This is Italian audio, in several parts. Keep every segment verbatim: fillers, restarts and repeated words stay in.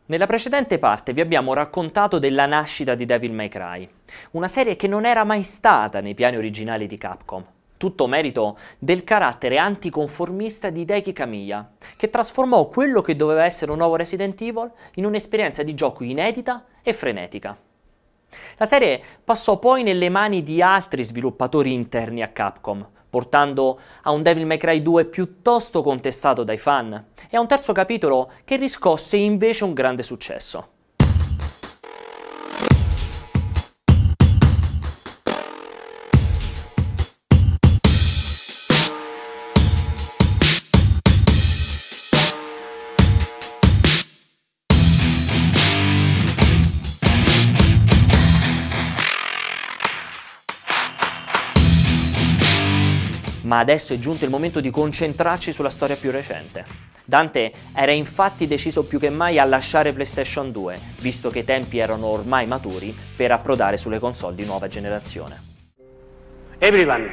Nella precedente parte vi abbiamo raccontato della nascita di Devil May Cry, una serie che non era mai stata nei piani originali di Capcom, tutto merito del carattere anticonformista di Hideki Kamiya, che trasformò quello che doveva essere un nuovo Resident Evil in un'esperienza di gioco inedita e frenetica. La serie passò poi nelle mani di altri sviluppatori interni a Capcom, portando a un Devil May Cry due piuttosto contestato dai fan e a un terzo capitolo che riscosse invece un grande successo. Ma adesso è giunto il momento di concentrarci sulla storia più recente. Dante era infatti deciso più che mai a lasciare PlayStation due, visto che i tempi erano ormai maturi per approdare sulle console di nuova generazione. Everyone,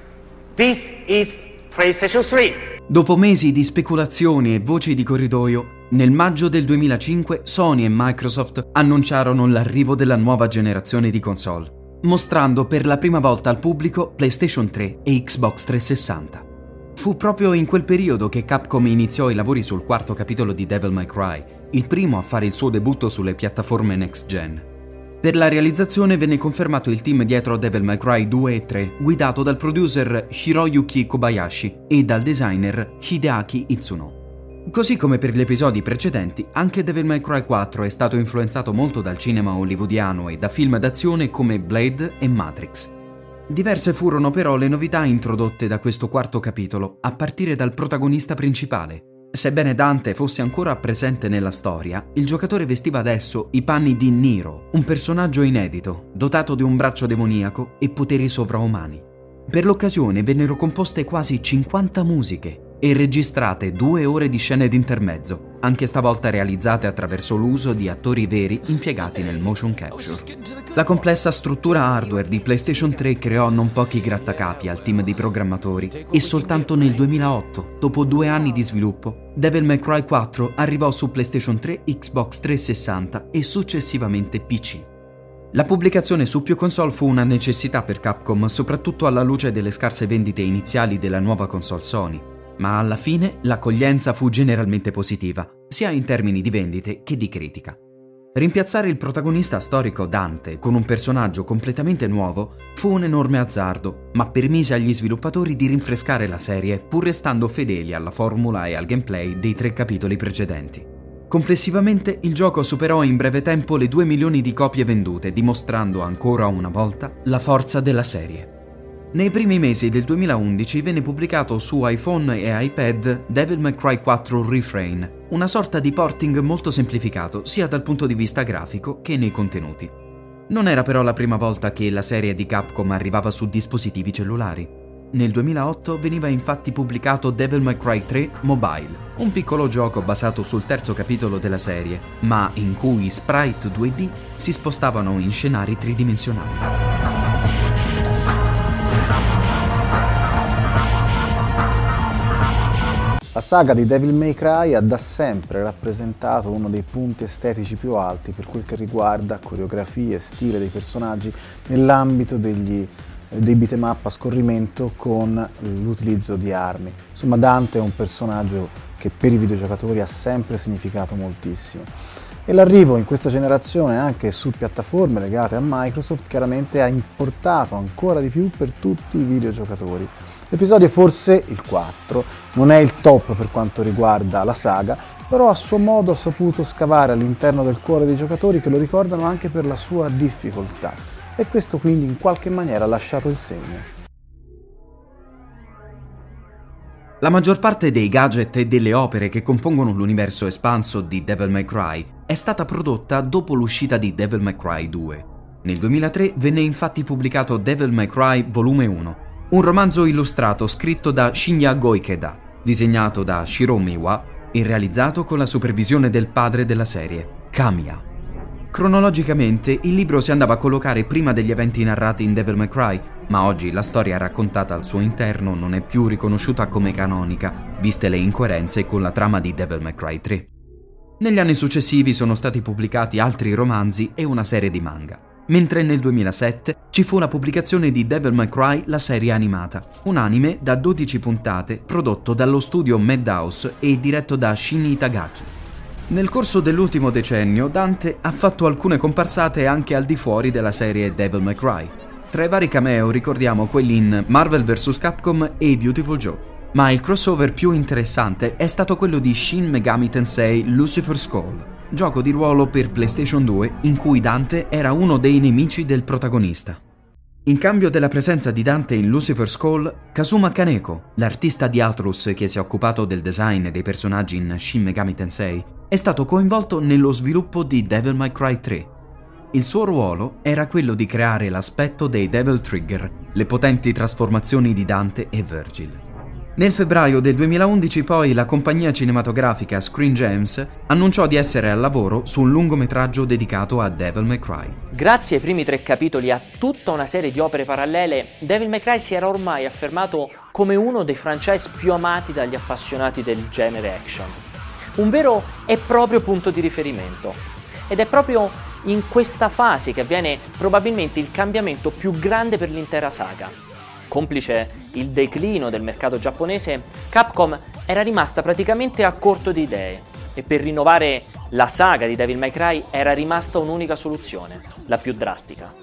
this is PlayStation tre. Dopo mesi di speculazioni e voci di corridoio, nel maggio del duemilacinque Sony e Microsoft annunciarono l'arrivo della nuova generazione di console, mostrando per la prima volta al pubblico PlayStation tre e Xbox trecentosessanta. Fu proprio in quel periodo che Capcom iniziò i lavori sul quarto capitolo di Devil May Cry, il primo a fare il suo debutto sulle piattaforme next gen. Per la realizzazione venne confermato il team dietro Devil May Cry due e tre, guidato dal producer Hiroyuki Kobayashi e dal designer Hideaki Itsuno. Così come per gli episodi precedenti, anche Devil May Cry quattro è stato influenzato molto dal cinema hollywoodiano e da film d'azione come Blade e Matrix. Diverse furono però le novità introdotte da questo quarto capitolo, a partire dal protagonista principale. Sebbene Dante fosse ancora presente nella storia, il giocatore vestiva adesso i panni di Nero, un personaggio inedito, dotato di un braccio demoniaco e poteri sovraumani. Per l'occasione vennero composte quasi cinquanta musiche e registrate due ore di scene d'intermezzo, anche stavolta realizzate attraverso l'uso di attori veri impiegati nel motion capture. La complessa struttura hardware di PlayStation tre creò non pochi grattacapi al team di programmatori e soltanto nel duemilaotto, dopo due anni di sviluppo, Devil May Cry quattro arrivò su PlayStation tre, Xbox trecentosessanta e successivamente P C. La pubblicazione su più console fu una necessità per Capcom, soprattutto alla luce delle scarse vendite iniziali della nuova console Sony. Ma alla fine l'accoglienza fu generalmente positiva, sia in termini di vendite che di critica. Rimpiazzare il protagonista storico Dante con un personaggio completamente nuovo fu un enorme azzardo, ma permise agli sviluppatori di rinfrescare la serie pur restando fedeli alla formula e al gameplay dei tre capitoli precedenti. Complessivamente il gioco superò in breve tempo le due milioni di copie vendute, dimostrando ancora una volta la forza della serie. Nei primi mesi del duemilaundici venne pubblicato su iPhone e iPad Devil May Cry quattro Refrain, una sorta di porting molto semplificato sia dal punto di vista grafico che nei contenuti. Non era però la prima volta che la serie di Capcom arrivava su dispositivi cellulari. Nel duemilaotto veniva infatti pubblicato Devil May Cry tre Mobile, un piccolo gioco basato sul terzo capitolo della serie, ma in cui i sprite due D si spostavano in scenari tridimensionali. La saga di Devil May Cry ha da sempre rappresentato uno dei punti estetici più alti per quel che riguarda coreografie e stile dei personaggi nell'ambito degli, dei beat'em up a scorrimento con l'utilizzo di armi. Insomma, Dante è un personaggio che per i videogiocatori ha sempre significato moltissimo. E l'arrivo in questa generazione anche su piattaforme legate a Microsoft chiaramente ha importato ancora di più per tutti i videogiocatori. L'episodio forse, il quattro, non è il top per quanto riguarda la saga, però a suo modo ha saputo scavare all'interno del cuore dei giocatori che lo ricordano anche per la sua difficoltà. E questo quindi in qualche maniera ha lasciato il segno. La maggior parte dei gadget e delle opere che compongono l'universo espanso di Devil May Cry è stata prodotta dopo l'uscita di Devil May Cry due. Nel duemilatré venne infatti pubblicato Devil May Cry Volume uno, un romanzo illustrato scritto da Shinya Goikeda, disegnato da Shiro Miwa e realizzato con la supervisione del padre della serie, Kamiya. Cronologicamente, il libro si andava a collocare prima degli eventi narrati in Devil May Cry, ma oggi la storia raccontata al suo interno non è più riconosciuta come canonica, viste le incoerenze con la trama di Devil May Cry tre. Negli anni successivi sono stati pubblicati altri romanzi e una serie di manga, mentre nel duemilasette ci fu la pubblicazione di Devil May Cry, la serie animata, un anime da dodici puntate prodotto dallo studio Madhouse e diretto da Shin Itagaki. Nel corso dell'ultimo decennio Dante ha fatto alcune comparsate anche al di fuori della serie Devil May Cry. Tra i vari cameo ricordiamo quelli in Marvel versus. Capcom e Beautiful Joe. Ma il crossover più interessante è stato quello di Shin Megami Tensei Lucifer's Call, gioco di ruolo per PlayStation due in cui Dante era uno dei nemici del protagonista. In cambio della presenza di Dante in Lucifer's Call, Kazuma Kaneko, l'artista di Atlus che si è occupato del design dei personaggi in Shin Megami Tensei, è stato coinvolto nello sviluppo di Devil May Cry tre. Il suo ruolo era quello di creare l'aspetto dei Devil Trigger, le potenti trasformazioni di Dante e Virgil. Nel febbraio del duemilaundici poi la compagnia cinematografica Screen Gems annunciò di essere al lavoro su un lungometraggio dedicato a Devil May Cry. Grazie ai primi tre capitoli e a tutta una serie di opere parallele, Devil May Cry si era ormai affermato come uno dei franchise più amati dagli appassionati del genere action. Un vero e proprio punto di riferimento. Ed è proprio in questa fase che avviene probabilmente il cambiamento più grande per l'intera saga. Complice il declino del mercato giapponese, Capcom era rimasta praticamente a corto di idee e per rinnovare la saga di Devil May Cry era rimasta un'unica soluzione, la più drastica.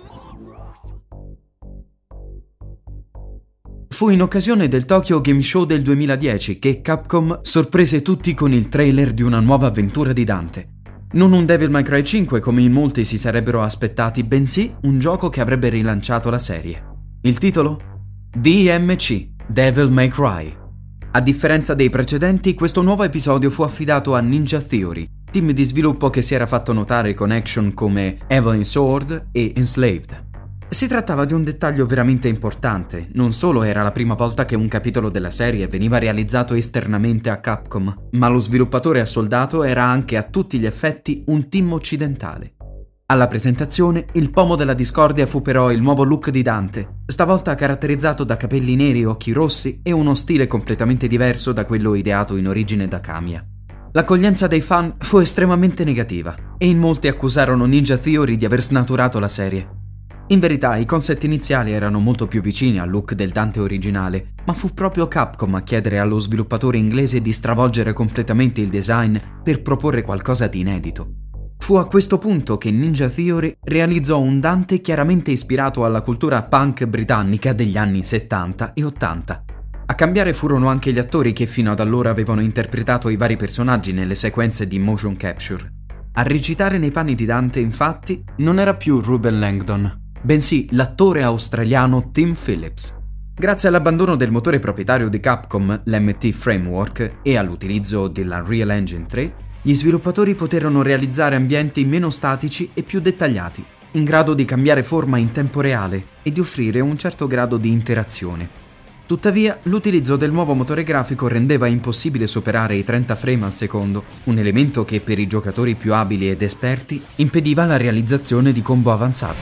Fu in occasione del Tokyo Game Show del duemiladieci che Capcom sorprese tutti con il trailer di una nuova avventura di Dante. Non un Devil May Cry cinque come in molti si sarebbero aspettati, bensì un gioco che avrebbe rilanciato la serie. Il titolo? D M C, Devil May Cry. A differenza dei precedenti, questo nuovo episodio fu affidato a Ninja Theory, team di sviluppo che si era fatto notare con action come Evelyn Sword e Enslaved. Si trattava di un dettaglio veramente importante, non solo era la prima volta che un capitolo della serie veniva realizzato esternamente a Capcom, ma lo sviluppatore assoldato era anche a tutti gli effetti un team occidentale. Alla presentazione, il pomo della discordia fu però il nuovo look di Dante, stavolta caratterizzato da capelli neri e occhi rossi e uno stile completamente diverso da quello ideato in origine da Kamiya. L'accoglienza dei fan fu estremamente negativa e in molti accusarono Ninja Theory di aver snaturato la serie. In verità, i concept iniziali erano molto più vicini al look del Dante originale, ma fu proprio Capcom a chiedere allo sviluppatore inglese di stravolgere completamente il design per proporre qualcosa di inedito. Fu a questo punto che Ninja Theory realizzò un Dante chiaramente ispirato alla cultura punk britannica degli anni settanta e ottanta. A cambiare furono anche gli attori che fino ad allora avevano interpretato i vari personaggi nelle sequenze di motion capture. A recitare nei panni di Dante, infatti, non era più Ruben Langdon, bensì l'attore australiano Tim Phillips. Grazie all'abbandono del motore proprietario di Capcom, l'M T Framework, e all'utilizzo dell'Unreal Engine tre, gli sviluppatori poterono realizzare ambienti meno statici e più dettagliati, in grado di cambiare forma in tempo reale e di offrire un certo grado di interazione. Tuttavia, l'utilizzo del nuovo motore grafico rendeva impossibile superare i trenta frame al secondo, un elemento che per i giocatori più abili ed esperti impediva la realizzazione di combo avanzati.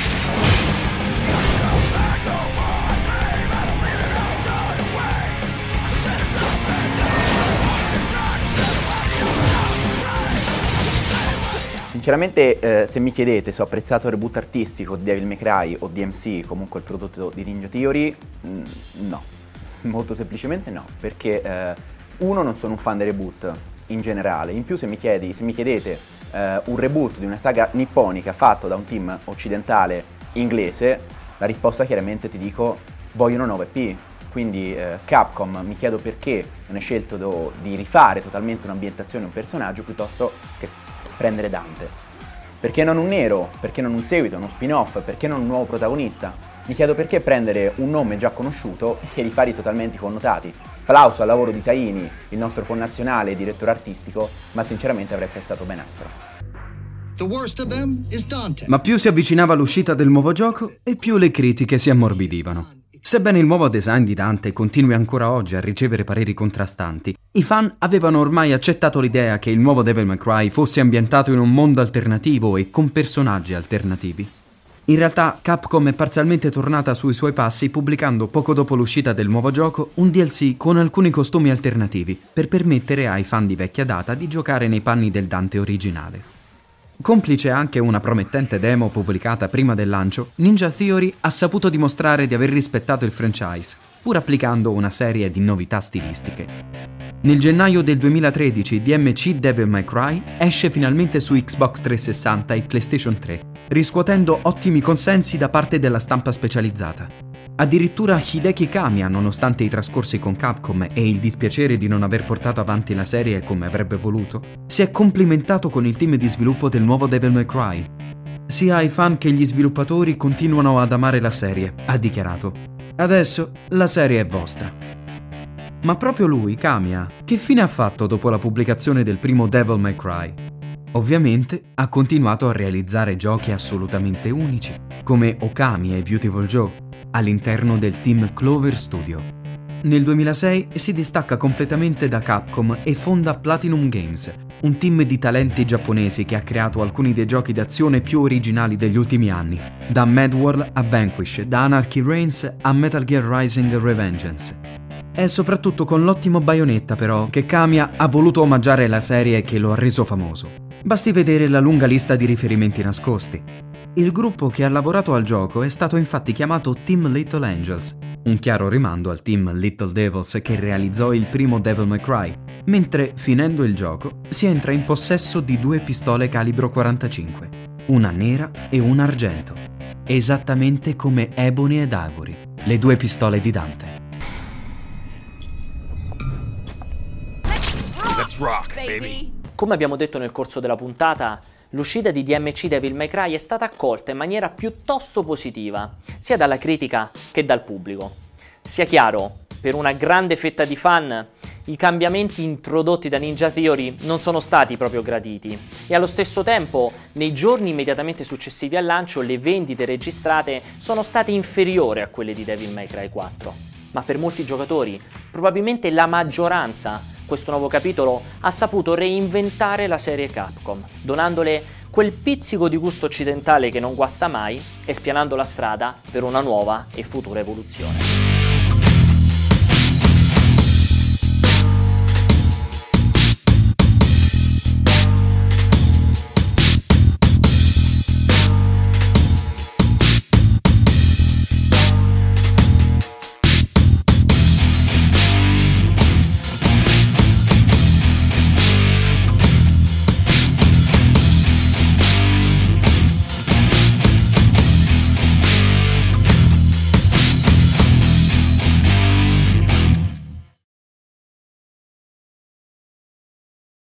Sinceramente, eh, se mi chiedete se ho apprezzato il reboot artistico di Devil May Cry o D M C, comunque il prodotto di Ninja Theory, mh, no, molto semplicemente no, perché eh, uno, non sono un fan dei reboot in generale, in più se mi, chiedi, se mi chiedete eh, un reboot di una saga nipponica fatto da un team occidentale inglese, la risposta chiaramente ti dico vogliono nove P. Quindi eh, Capcom, mi chiedo perché non è scelto do, di rifare totalmente un'ambientazione, un personaggio, piuttosto che prendere Dante. Perché non un nero? Perché non un seguito, uno spin-off? Perché non un nuovo protagonista? Mi chiedo perché prendere un nome già conosciuto e rifarli totalmente connotati. Applauso al lavoro di Taini, il nostro connazionale e direttore artistico, ma sinceramente avrei apprezzato ben altro. Ma più si avvicinava l'uscita del nuovo gioco e più le critiche si ammorbidivano. Sebbene il nuovo design di Dante continui ancora oggi a ricevere pareri contrastanti, i fan avevano ormai accettato l'idea che il nuovo Devil May Cry fosse ambientato in un mondo alternativo e con personaggi alternativi. In realtà Capcom è parzialmente tornata sui suoi passi pubblicando poco dopo l'uscita del nuovo gioco un D L C con alcuni costumi alternativi per permettere ai fan di vecchia data di giocare nei panni del Dante originale. Complice anche una promettente demo pubblicata prima del lancio, Ninja Theory ha saputo dimostrare di aver rispettato il franchise, pur applicando una serie di novità stilistiche. Nel gennaio del duemilatredici D M C Devil May Cry esce finalmente su Xbox trecentosessanta e PlayStation tre, riscuotendo ottimi consensi da parte della stampa specializzata. Addirittura Hideki Kamiya, nonostante i trascorsi con Capcom e il dispiacere di non aver portato avanti la serie come avrebbe voluto, si è complimentato con il team di sviluppo del nuovo Devil May Cry. Sia i fan che gli sviluppatori continuano ad amare la serie, ha dichiarato. Adesso la serie è vostra. Ma proprio lui, Kamiya, che fine ha fatto dopo la pubblicazione del primo Devil May Cry? Ovviamente ha continuato a realizzare giochi assolutamente unici, come Okami e Beautiful Joe, all'interno del team Clover Studio. Nel duemilasei si distacca completamente da Capcom e fonda Platinum Games, un team di talenti giapponesi che ha creato alcuni dei giochi d'azione più originali degli ultimi anni, da Mad World a Vanquish, da Anarchy Reigns a Metal Gear Rising Revengeance. È soprattutto con l'ottimo Bayonetta, però, che Kamiya ha voluto omaggiare la serie che lo ha reso famoso. Basti vedere la lunga lista di riferimenti nascosti. Il gruppo che ha lavorato al gioco è stato infatti chiamato Team Little Angels, un chiaro rimando al Team Little Devils che realizzò il primo Devil May Cry, mentre, finendo il gioco, si entra in possesso di due pistole calibro quarantacinque, una nera e una argento, esattamente come Ebony ed Ivory, le due pistole di Dante. Let's rock, baby! Come abbiamo detto nel corso della puntata, l'uscita di D M C Devil May Cry è stata accolta in maniera piuttosto positiva, sia dalla critica che dal pubblico. Sia chiaro, per una grande fetta di fan, i cambiamenti introdotti da Ninja Theory non sono stati proprio graditi e allo stesso tempo, nei giorni immediatamente successivi al lancio, le vendite registrate sono state inferiori a quelle di Devil May Cry quattro. Ma per molti giocatori, probabilmente la maggioranza, questo nuovo capitolo ha saputo reinventare la serie Capcom, donandole quel pizzico di gusto occidentale che non guasta mai e spianando la strada per una nuova e futura evoluzione.